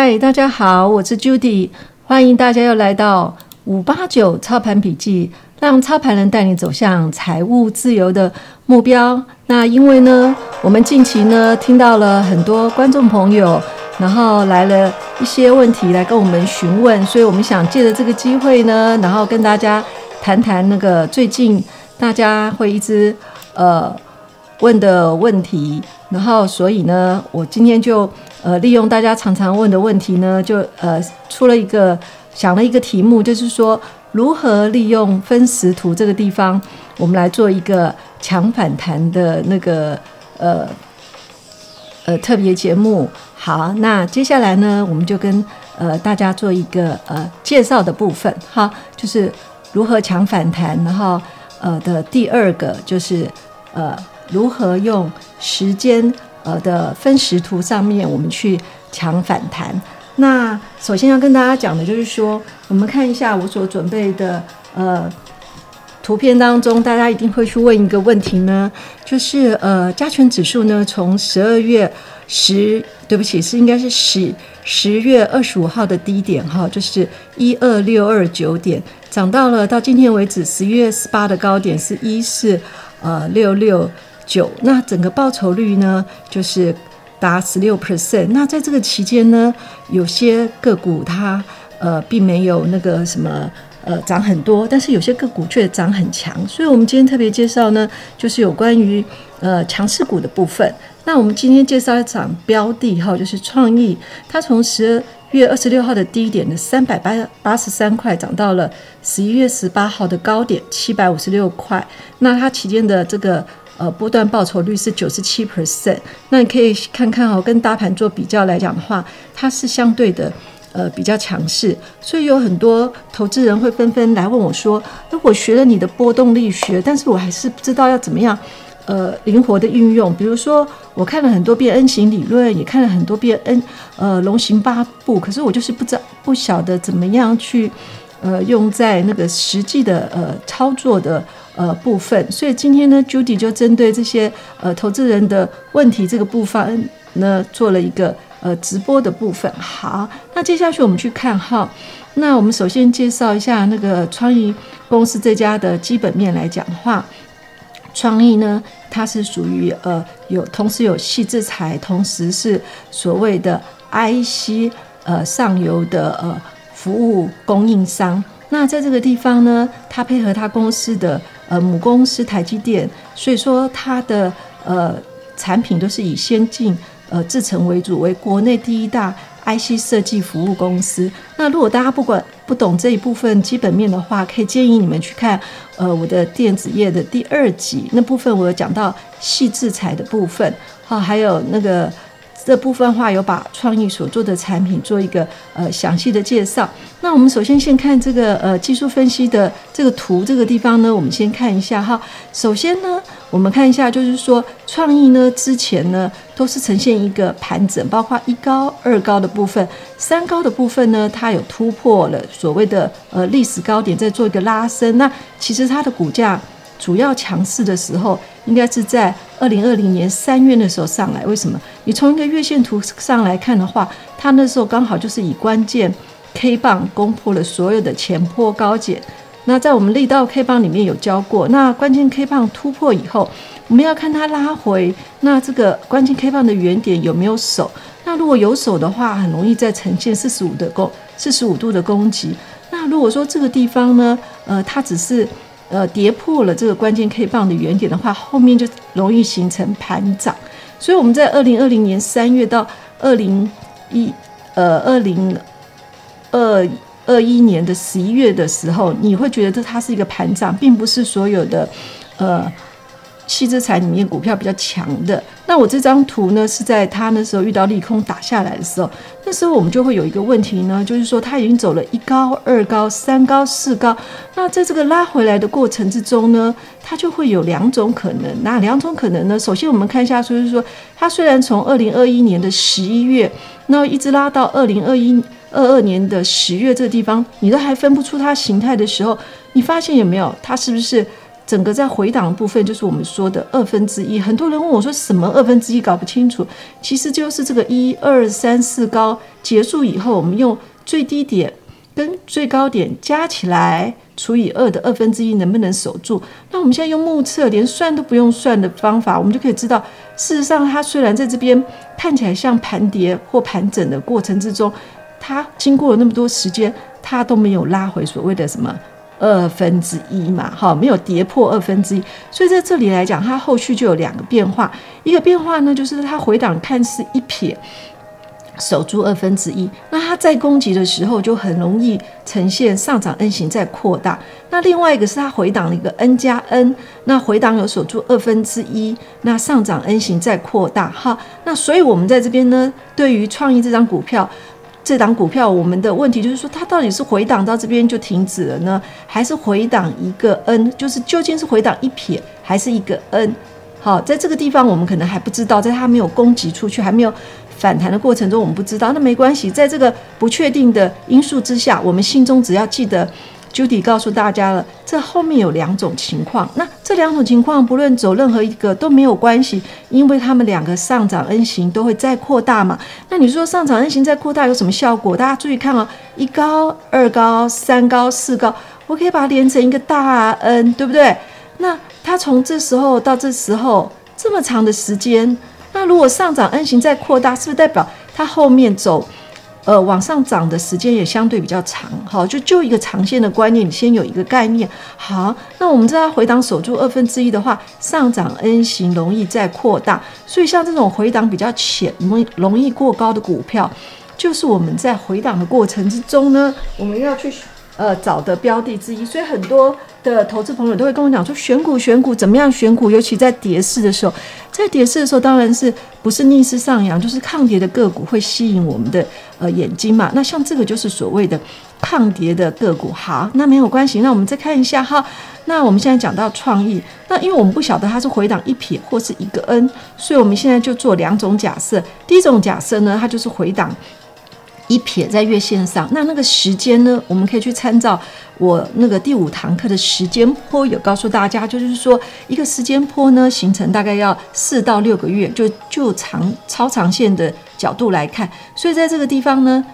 嗨，大家好，我是 Judy， 欢迎大家又来到589操盘笔记，让操盘人带你走向财务自由的目标。那因为呢，我们近期呢听到了很多观众朋友，然后来了一些问题来跟我们询问，所以我们想借着这个机会呢，然后跟大家谈谈那个最近大家会一直问的问题，然后所以呢，我今天就利用大家常常问的问题呢，就想了一个题目，就是说如何利用分时图这个地方，我们来做一个强反弹的那个特别节目。好，那接下来呢，我们就跟大家做一个介绍的部分，哈，就是如何强反弹，然后的第二个就是如何用时间的分时图上面我们去强反弹。那首先要跟大家讲的就是说，我们看一下我所准备的图片当中，大家一定会去问一个问题呢，就是加权指数呢从10月25号的低点哈，就是12629点，涨到了到今天为止10月18的高点是14669，那整个报酬率呢就是达 16%。 那在这个期间呢，有些个股它并没有那个什么涨很多，但是有些个股却涨很强，所以我们今天特别介绍呢，就是有关于强势股的部分。那我们今天介绍一场标的哈，就是创意，它从10月26号的低点的383块涨到了11月18号的高点756块，那它期间的这个波段报酬率是 97%。 那你可以看看哦，跟大盘做比较来讲的话，它是相对的比较强势，所以有很多投资人会纷纷来问我说，我学了你的波动力学，但是我还是不知道要怎么样灵活的运用。比如说我看了很多遍 N 型理论，也看了很多遍龙行八步，可是我就是不晓得怎么样去用在那个实际的操作的部分。所以今天呢 Judy 就针对这些投资人的问题这个部分呢，做了一个直播的部分。好，那接下去我们去看哈。那我们首先介绍一下那个创意公司这家的基本面来讲的话，创意呢，它是属于同时有矽智财，同时是所谓的 IC 上游的服务供应商。那在这个地方呢，它配合它公司的母公司台积电，所以说它的产品都是以先进制程为主，为国内第一大 IC 设计服务公司。那如果大家不懂这一部分基本面的话，可以建议你们去看我的电子业的第2集，那部分我有讲到矽智财的部分，还有那个这部分的话有把创意所做的产品做一个详细的介绍。那我们首先看这个技术分析的这个图，这个地方呢，我们先看一下哈。首先呢，我们看一下，就是说创意呢之前呢都是呈现一个盘整，包括1高2高的部分，3高的部分呢，它有突破了所谓的历史高点，再做一个拉升。那其实它的股价主要强势的时候，应该是在2020年3月的时候上来。为什么？你从一个月线图上来看的话，它那时候刚好就是以关键 K 棒攻破了所有的前波高点。那在我们力道 K 棒里面有教过，那关键 K 棒突破以后，我们要看它拉回，那这个关键 K 棒的原点有没有守？那如果有守的话，很容易再呈现45度的攻击。那如果说这个地方呢，它只是跌破了这个关键 K 棒的原点的话，后面就容易形成盘涨。所以我们在2020年3月到2021年的11月的时候，你会觉得它是一个盘涨，并不是所有的矽智财里面股票比较强的。那我这张图呢，是在它那时候遇到利空打下来的时候，那时候我们就会有一个问题呢，就是说它已经走了1高2高3高4高，那在这个拉回来的过程之中呢，它就会有2种可能。那2种可能呢，首先我们看一下，就是说它虽然从2021年的11月，然后一直拉到2022年的10月这个地方，你都还分不出它形态的时候，你发现有没有？它是不是整个在回档的部分就是我们说的1/2，很多人问我说什么1/2搞不清楚，其实就是这个1、2、3、4高结束以后，我们用最低点跟最高点加起来除以2的1/2能不能守住。那我们现在用目测连算都不用算的方法，我们就可以知道，事实上它虽然在这边看起来像盘跌或盘整的过程之中，它经过了那么多时间，它都没有拉回所谓的什么1/2嘛，没有跌破1/2，所以在这里来讲，它后续就有2个变化。一个变化呢，就是它回档看似一撇守住1/2，那它在攻击的时候就很容易呈现上涨 N 型在扩大。那另外一个是它回档的一个 N 加 N， 那回档有守住1/2，那上涨 N 型在扩大。好，那所以我们在这边呢，对于创意这档股票，我们的问题就是说，它到底是回档到这边就停止了呢，还是回档一个 N， 就是究竟是回档一撇还是一个 N？ 好，在这个地方我们可能还不知道，在它没有攻击出去，还没有反弹的过程中，我们不知道，那没关系，在这个不确定的因素之下，我们心中只要记得 Judy 告诉大家了，这后面有2种情况，那这2种情况不论走任何一个都没有关系，因为他们2个上涨 N 型都会再扩大嘛。那你说上涨 N 型再扩大有什么效果？大家注意看哦，1高、2高、3高、4高，我可以把它连成一个大 N， 对不对？那它从这时候到这时候这么长的时间，那如果上涨 N 型再扩大，是不是代表它后面走往上涨的时间也相对比较长？好，就一个长线的观念，你先有一个概念。好，那我们知道回档守住1/2的话，上涨 N 型容易再扩大，所以像这种回档比较浅、容易过高的股票，就是我们在回档的过程之中呢，我们要去找的标的之一。所以很多的投资朋友都会跟我讲说，选股怎么样选股，尤其在跌势的时候，在跌势的时候当然是不是逆势上扬，就是抗跌的个股会吸引我们的眼睛嘛。那像这个就是所谓的抗跌的个股。好，那没有关系，那我们再看一下哈。那我们现在讲到创意，那因为我们不晓得它是回档一撇或是一个 N， 所以我们现在就做2种假设。第一种假设呢，它就是回档一撇在月线上，那个时间呢，我们可以去参照我那个第5堂课的时间波，有告诉大家，就是说一个时间波呢，形成大概要4到6个月，就超长线的角度来看。所以在这个地方呢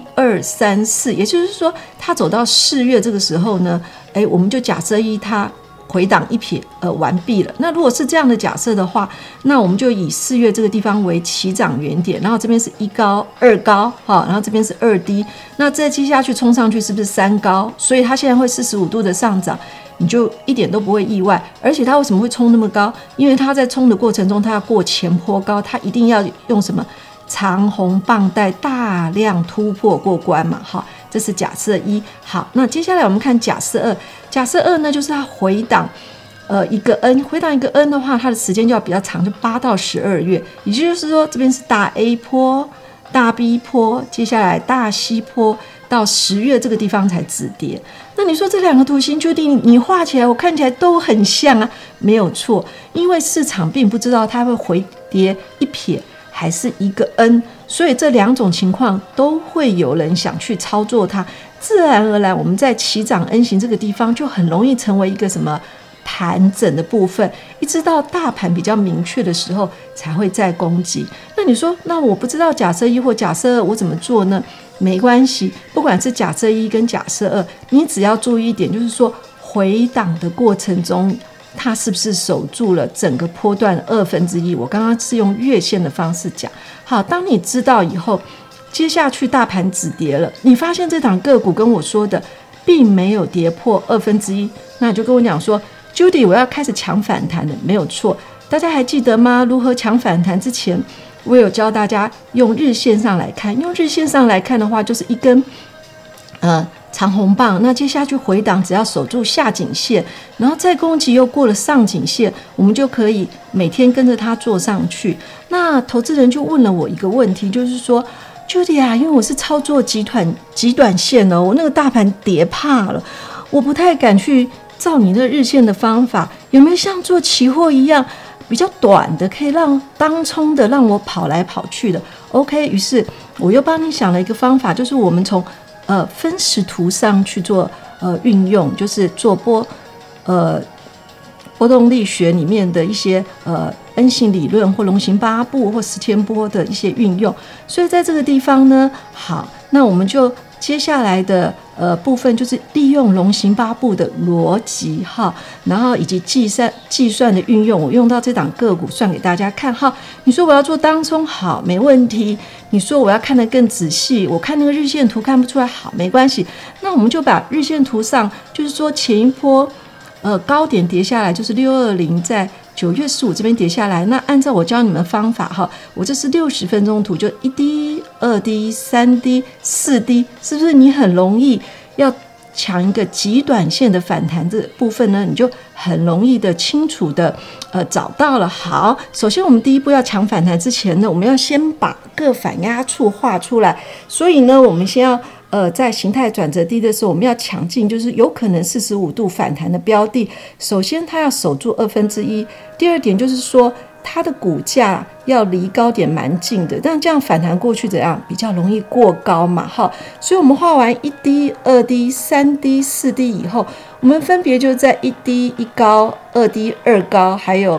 ，1、2、3、4，也就是说，它走到4月这个时候呢，我们就假设它回档一撇完毕了。那如果是这样的假设的话，那我们就以4月这个地方为起涨原点，然后这边是1高2高，然后这边是2低，那再接下去冲上去是不是3高？所以它现在会45度的上涨，你就一点都不会意外。而且它为什么会冲那么高？因为它在冲的过程中，它要过前波高，它一定要用什么长红棒带大量突破过关嘛。好，这是假设1。好，那接下来我们看假设2。假设2呢，就是它回档一个 N， 回档一个 N 的话，它的时间就要比较长，就8到12月。也就是说，这边是大 A 波、大 B 波，接下来大 C 波，到10月这个地方才止跌。那你说这2个图形究竟你画起来，我看起来都很像啊？没有错，因为市场并不知道它会回跌一撇还是一个 N， 所以这2种情况都会有人想去操作它。自然而然，我们在起涨 N 型这个地方就很容易成为一个什么盘整的部分，一直到大盘比较明确的时候才会再攻击。那你说，那我不知道假设1或假设2我怎么做呢？没关系，不管是假设1跟假设2，你只要注意一点，就是说回档的过程中，它是不是守住了整个波段1/2？我刚刚是用月线的方式讲。好，当你知道以后，接下去大盘止跌了，你发现这档个股跟我说的并没有跌破1/2，那你就跟我讲说 Judy 我要开始抢反弹了。没有错，大家还记得吗？如何抢反弹之前，我有教大家用日线上来看。用日线上来看的话，就是一根长红棒，那接下去回档只要守住下颈线，然后再攻击又过了上颈线，我们就可以每天跟着它做上去。那投资人就问了我一个问题，就是说Judy 啊，因为我是操作极短线哦，我那个大盘跌怕了，我不太敢去照你那日线的方法，有没有像做期货一样比较短的，可以让当冲的让我跑来跑去的 ？OK， 于是我又帮你想了一个方法，就是我们从分时图上去做运用，就是做波动力学里面的一些N 型理论或龙行八步或10千波的一些运用。所以在这个地方呢，好，那我们就接下来的部分就是利用龙行八步的逻辑哈，然后以及计算的运用，我用到这档个股算给大家看哈。你说我要做当冲，好，没问题。你说我要看得更仔细，我看那个日线图看不出来，好，没关系。那我们就把日线图上，就是说前一波高点跌下来，就是620在9月15这边跌下来。那按照我教你们方法哈，我这是60分钟图，就1D、2D、3D、4D， 是不是你很容易要抢一个极短线的反弹这部分呢？你就很容易的清楚的找到了。好，首先我们第一步要抢反弹之前呢，我们要先把各反压处画出来。所以呢，我们先要在形态转折低的时候，我们要抢进，就是有可能45度反弹的标的。首先，它要守住1/2。第二点就是说，它的股价要离高点蛮近的，但这样反弹过去怎样？比较容易过高嘛，哈。所以我们画完1D、2D、3D、4D 以后，我们分别就在1D 1高、2D 2高，还有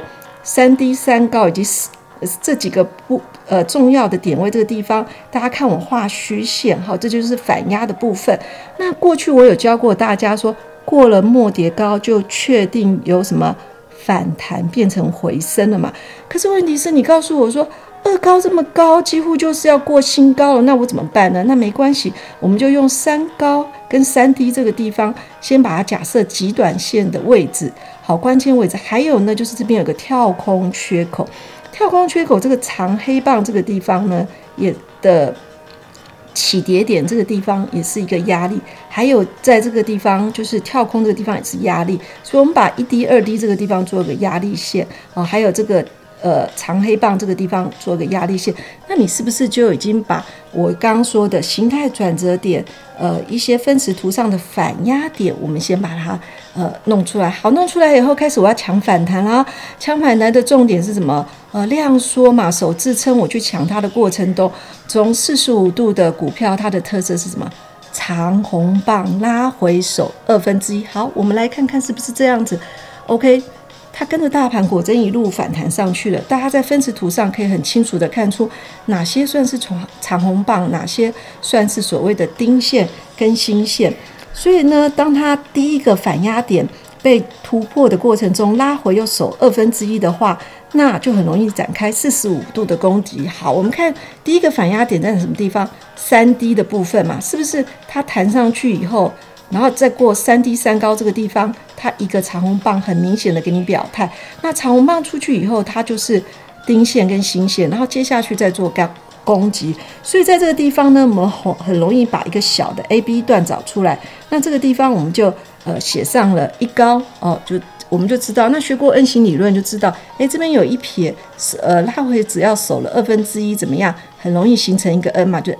3D 3高以及这几个重要的点位这个地方，大家看我画虚线，好，这就是反压的部分。那过去我有教过大家说，过了末跌高就确定有什么反弹变成回升了嘛？可是问题是你告诉我说2高这么高，几乎就是要过新高了，那我怎么办呢？那没关系，我们就用3高跟3低这个地方，先把它假设极短线的位置，好，关键位置。还有呢，就是这边有个跳空缺口。跳空缺口这个长黑棒这个地方呢，也的起跌点这个地方也是一个压力，还有在这个地方就是跳空这个地方也是压力，所以我们把1D、2D 这个地方做一个压力线还有这个长黑棒这个地方做个压力线。那你是不是就已经把我刚刚说的形态转折点一些分时图上的反压点，我们先把它弄出来。好，弄出来以后，开始我要抢反弹啦。抢反弹的重点是什么？量缩嘛，守支撑，我去抢它的过程中45度的股票，它的特色是什么？长红棒拉回守1/2。好，我们来看看是不是这样子。OK， 它跟着大盘果真一路反弹上去了。大家在分时图上可以很清楚的看出哪些算是长红棒，哪些算是所谓的丁线跟新线。所以呢，当它第一个反压点被突破的过程中，拉回又守1/2的话，那就很容易展开45度的攻击。好，我们看第一个反压点在什么地方？3D 的部分嘛，是不是它弹上去以后，然后再过3D 3高这个地方，它一个长红棒很明显的给你表态。那长红棒出去以后，它就是丁线跟新线，然后接下去再做攻击。所以在这个地方呢，我们很容易把一个小的 AB 段找出来。那这个地方我们就写上了1高我们就知道，那学过 N 型理论就知道，这边有一撇，拉回只要守了1/2，怎么样？很容易形成一个 N 嘛，就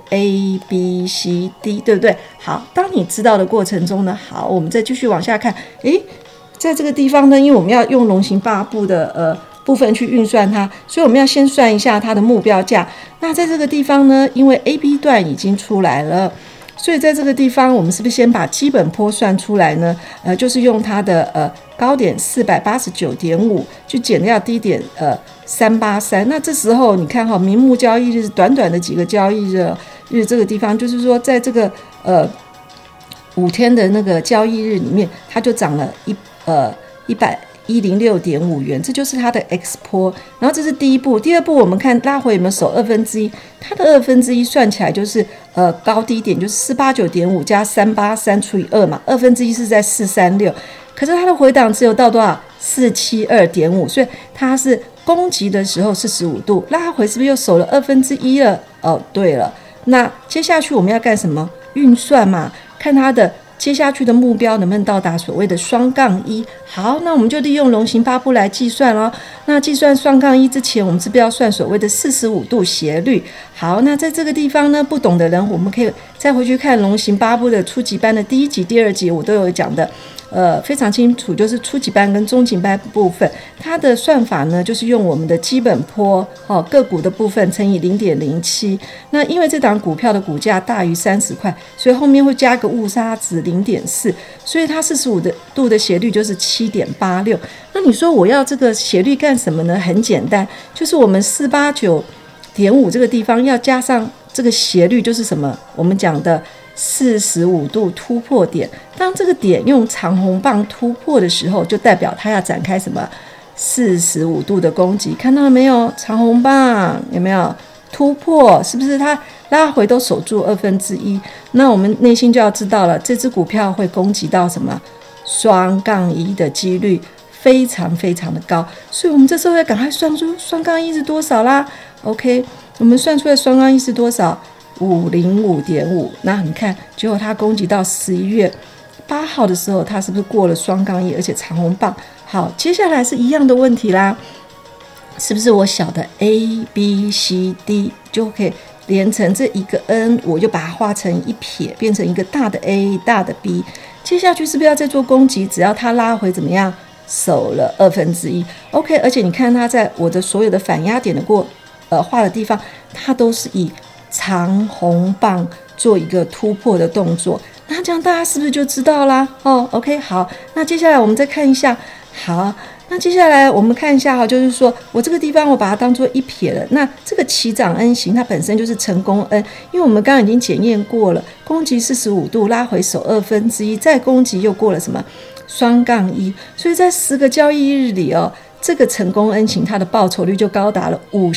A、B、C、D， 对不对？好，当你知道的过程中呢，好，我们再继续往下看，在这个地方呢，因为我们要用龙行八步的部分去运算它，所以我们要先算一下它的目标价。那在这个地方呢，因为 AB 段已经出来了。所以在这个地方，我们是不是先把基本波算出来呢？就是用它的高点489.5去减掉低点383。那这时候你看哈，名目交易日短短的几个交易日这个地方，就是说在这个5天的那个交易日里面，它就涨了106.5元，这就是它的 X 波。然后这是第一步。第二步我们看拉回有没有守1/2，它的1/2算起来就是高低点就是489.5加383除以2嘛，1/2是在436，可是它的回档只有到多少？472.5，所以它是攻击的时候是45度，拉回是不是又守了1/2了？对了，那接下去我们要干什么？运算嘛，看它的接下去的目标能不能到达所谓的2-1。好，那我们就利用龙行八步来计算咯。那计算2-1之前，我们是不是要算所谓的45度斜率？好，那在这个地方呢，不懂的人我们可以再回去看龙行八步的初级班的第1集、第2集，我都有讲的。 非常清楚，就是初级班跟中级班部分，它的算法呢，就是用我们的基本波，个股的部分乘以 0.07。那因为这档股票的股价大于30块，所以后面会加个误差值 0.4， 所以它45度的斜率就是 7.86。那你说我要这个斜率干什么呢？很简单，就是我们489.5这个地方要加上这个斜率，就是什么？我们讲的45度突破点。当这个点用长红棒突破的时候，就代表它要展开什么45度的攻击。看到了没有？长红棒有没有突破？是不是它拉回都守住1/2？那我们内心就要知道了，这只股票会攻击到什么双杠一的几率非常非常的高，所以我们这时候要赶快算出双杠一是多少啦。OK， 我们算出来双杠一是多少？505.5。那你看，结果它攻击到11月8号的时候，它是不是过了双杠一，而且长红棒？好，接下来是一样的问题啦，是不是我小的 A、B、C、D 就可以连成这一个 N， 我就把它画成一撇，变成一个大的 A、大的 B。接下去是不是要再做攻击？只要它拉回怎么样？守了1/2。OK， 而且你看它在我的所有的反压点的画的地方，它都是以长红棒做一个突破的动作。那这样大家是不是就知道啦？OK， 好，那接下来我们再看一下。好，那接下来我们看一下就是说我这个地方我把它当做一撇了。那这个起涨 N 型它本身就是成功 N， 因为我们刚刚已经检验过了，攻击45度拉回守1/2，再攻击又过了什么双杠一，所以在10个交易日里这个成功 N 型它的报酬率就高达了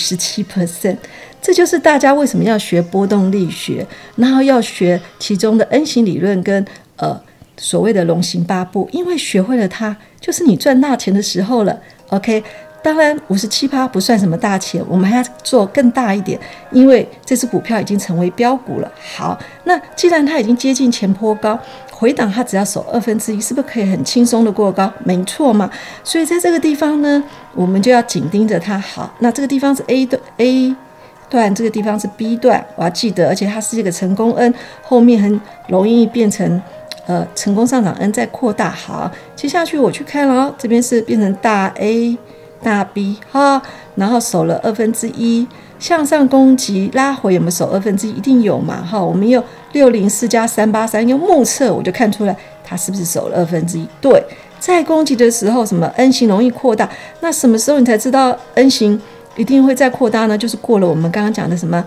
57%。 这就是大家为什么要学波动力学，然后要学其中的 N 型理论跟所谓的龙行八步，因为学会了它就是你赚大钱的时候了。 OK， 当然57%不算什么大钱，我们还要做更大一点，因为这只股票已经成为标股了。好，那既然它已经接近前波高，回档它只要守1/2，是不是可以很轻松的过高？没错嘛。所以在这个地方呢，我们就要紧盯着它。好，那这个地方是 A 段，这个地方是 B 段，我要记得，而且它是一个成功 N， 后面很容易变成成功上涨 N 再扩大。好，接下去我去看了这边是变成大 A 大 B 然后守了1/2，向上攻击拉回有没有守1/2？一定有嘛。我们用604加383用目测，我就看出来它是不是守了1/2。对，在攻击的时候什么 N 型容易扩大，那什么时候你才知道 N 型一定会再扩大呢？就是过了我们刚刚讲的什么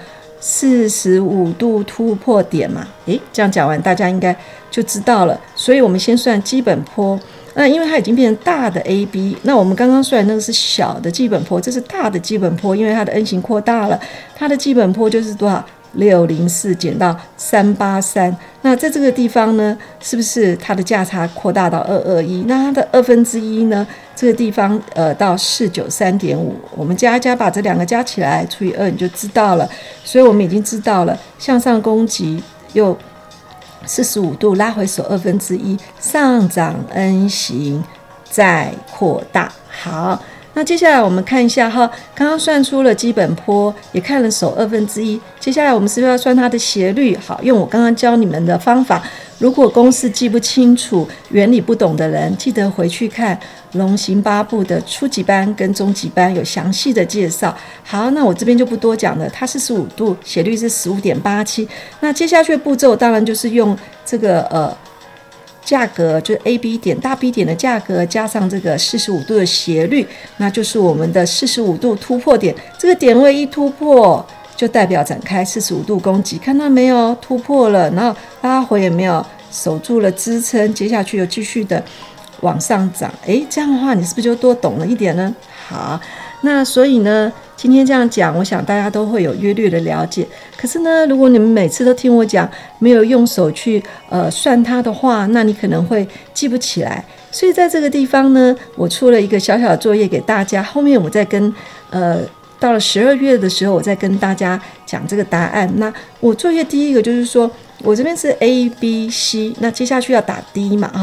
45度突破点嘛。这样讲完大家应该就知道了。所以我们先算基本波，那因为它已经变成大的 AB， 那我们刚刚算的那个是小的基本波，这是大的基本波，因为它的 N 型扩大了，它的基本波就是多少？604减到383，那在这个地方呢，是不是它的价差扩大到221？那它的1/2呢？这个地方到493.5，我们加一加，把这两个加起来除以2，你就知道了。所以我们已经知道了，向上攻击又45度拉回守1/2，上涨 N 型再扩大。好。那接下来我们看一下刚刚算出了基本波，也看了守1/2，接下来我们是不是要算它的斜率？好，用我刚刚教你们的方法。如果公式记不清楚、原理不懂的人，记得回去看龙行八步的初级班跟中级班有详细的介绍。好，那我这边就不多讲了，它45度，斜率是 15.87。那接下去的步骤当然就是用这个价格，就是 AB 点大 B 点的价格加上这个45度的斜率，那就是我们的45度突破点。这个点位一突破，就代表展开45度攻击，看到没有？突破了，然后拉回有没有？守住了支撑，接下去又继续的往上涨。这样的话你是不是就多懂了一点呢？好，那所以呢，今天这样讲，我想大家都会有约略的了解。可是呢，如果你们每次都听我讲，没有用手去算它的话，那你可能会记不起来。所以在这个地方呢，我出了一个小小的作业给大家，后面我再跟到了12月的时候，我再跟大家讲这个答案。那我作业第一个就是说，我这边是 A、B、C， 那接下去要打 D 嘛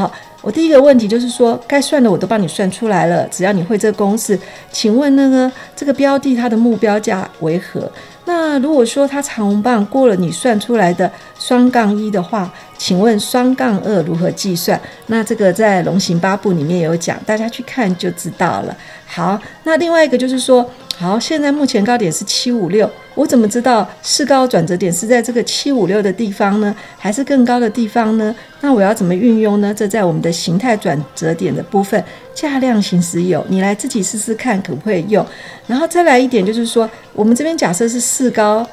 我第一个问题就是说，该算的我都帮你算出来了，只要你会这个公式，请问那个这个标的它的目标价为何？那如果说它长红棒过了你算出来的双杠一的话，请问双杠二如何计算？那这个在龙行八步里面有讲，大家去看就知道了。好，那另外一个就是说，好，现在目前高点是756，我怎么知道市高转折点是在这个756的地方呢，还是更高的地方呢？那我要怎么运用呢？这在我们的形态转折点的部分，价量行使有，你来自己试试看可不可以用。然后再来一点就是说，我们这边假设是市高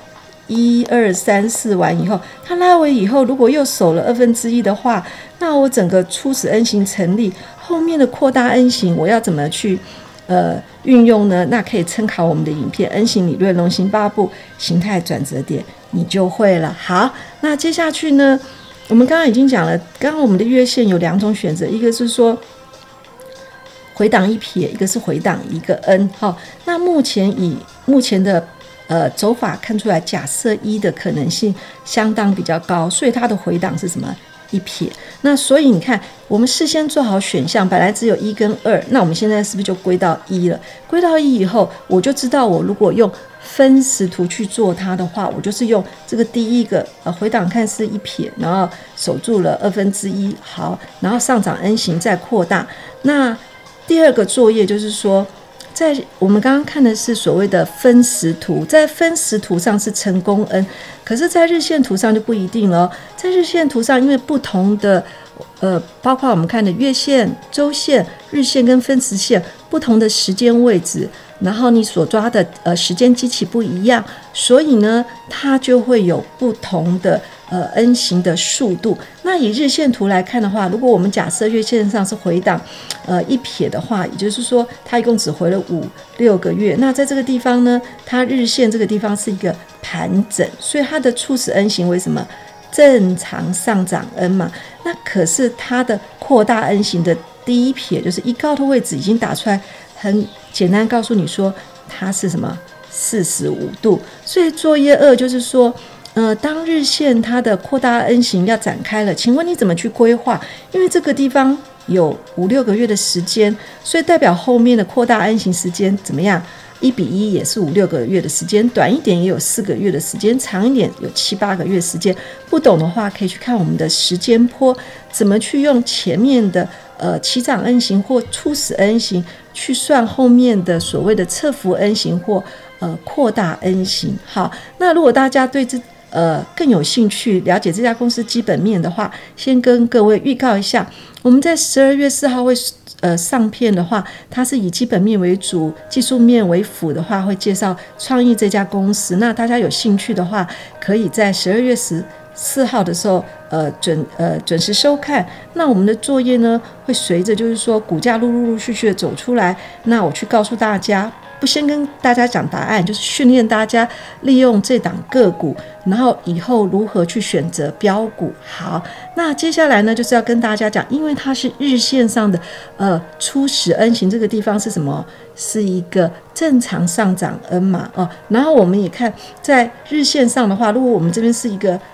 1、2、3、4完以后，它拉回以后，如果又守了1/2的话，那我整个初始 N 型成立，后面的扩大 N 型我要怎么去运用呢？那可以参考我们的影片 N 型理论龙行八步形态转折点，你就会了。好，那接下去呢，我们刚刚已经讲了，刚刚我们的月线有2种选择，一个是说回档一撇，一个是回档一个 N。好，那目前的走法看出来，假设一的可能性相当比较高，所以它的回档是什么？一撇。那所以你看，我们事先做好选项，本来只有1跟2，那我们现在是不是就归到1了？归到1以后，我就知道我如果用分时图去做它的话，我就是用这个第一个回档看是一撇，然后守住了1/2，好，然后上涨 N 型再扩大。那第二个作业就是说，在我们刚刚看的是所谓的分时图，在分时图上是成功 N， 可是在日线图上就不一定了。在日线图上，因为不同的包括我们看的月线、周线、日线跟分时线不同的时间位置，然后你所抓的时间基期不一样，所以呢，它就会有不同的N 型的速度。那以日线图来看的话，如果我们假设月线上是回档一撇的话，也就是说它一共只回了5-6个月。那在这个地方呢，它日线这个地方是一个盘整，所以它的初始 N 型为什么正常上涨 N 嘛？那可是它的扩大 N 型的第一撇就是一高的位置已经打出来，很简单告诉你说它是什么45度。所以作业2就是说当日线它的扩大 N 型要展开了，请问你怎么去规划？因为这个地方有5-6个月的时间，所以代表后面的扩大 N 型时间怎么样？1:1也是5-6个月的时间，短一点也有4个月的时间，长一点有7-8个月时间。不懂的话可以去看我们的时间波，怎么去用前面的起涨 N 型或初始 N 型去算后面的所谓的侧幅 N 型或扩大 N 型。好，那如果大家对更有兴趣了解这家公司基本面的话，先跟各位预告一下，我们在12月4号会上片的话，它是以基本面为主，技术面为辅的话，会介绍创意这家公司。那大家有兴趣的话，可以在12月14号的时候准时收看。那我们的作业呢，会随着就是说股价陆续的走出来，那我去告诉大家，不先跟大家讲答案，就是训练大家利用这档个股，然后以后如何去选择标股。好，那接下来呢，就是要跟大家讲，因为它是日线上的初始 N 型，这个地方是什么？是一个正常上涨 N 嘛然后我们也看在日线上的话，如果我们这边是一个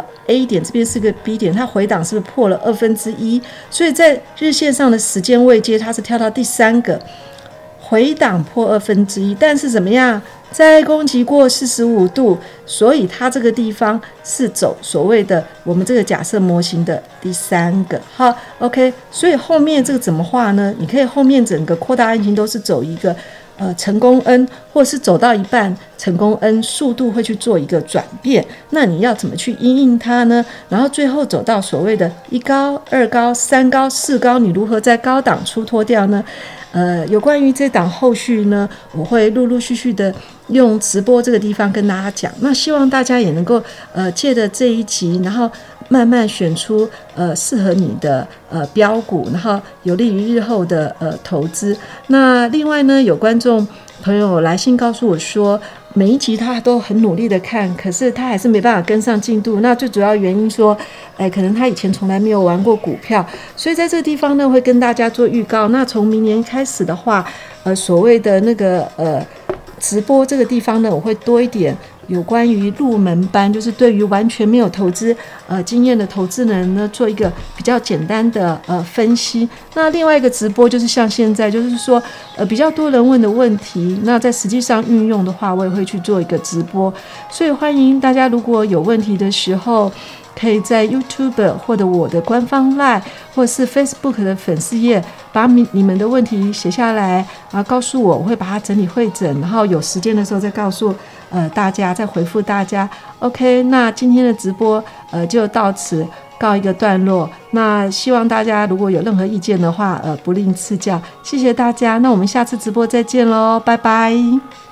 A 点，这边是个 B 点，它回档是不是破了1/2？所以在日线上的时间位阶，它是跳到第3个。回档破1/2，但是怎么样？再攻击过45度，所以它这个地方是走所谓的我们这个假设模型的第3个。好 ，OK， 所以后面这个怎么画呢？你可以后面整个扩大 N 型都是走一个成功 N， 或是走到一半成功 N， 速度会去做一个转变。那你要怎么去因应它呢？然后最后走到所谓的1高、2高、3高、4高，你如何在高档出脱掉呢？有关于这档后续呢，我会陆续的用直播这个地方跟大家讲。那希望大家也能够借着这一集，然后慢慢选出适合你的标股，然后有利于日后的投资。那另外呢，有观众朋友来信告诉我说，每一集他都很努力的看，可是他还是没办法跟上进度。那最主要原因说，可能他以前从来没有玩过股票，所以在这个地方呢，会跟大家做预告。那从明年开始的话，所谓的那个直播这个地方呢，我会多一点有关于入门班，就是对于完全没有投资经验的投资人呢，做一个比较简单的分析。那另外一个直播就是像现在，就是说比较多人问的问题，那在实际上运用的话，我也会去做一个直播。所以欢迎大家如果有问题的时候，可以在 YouTube 或者我的官方 LINE 或是 Facebook 的粉丝页把你们的问题写下来告诉我，我会把它整理汇整，然后有时间的时候再告诉大家，再回复大家。 OK， 那今天的直播就到此告一个段落。那希望大家如果有任何意见的话不吝赐教，谢谢大家。那我们下次直播再见咯，拜拜。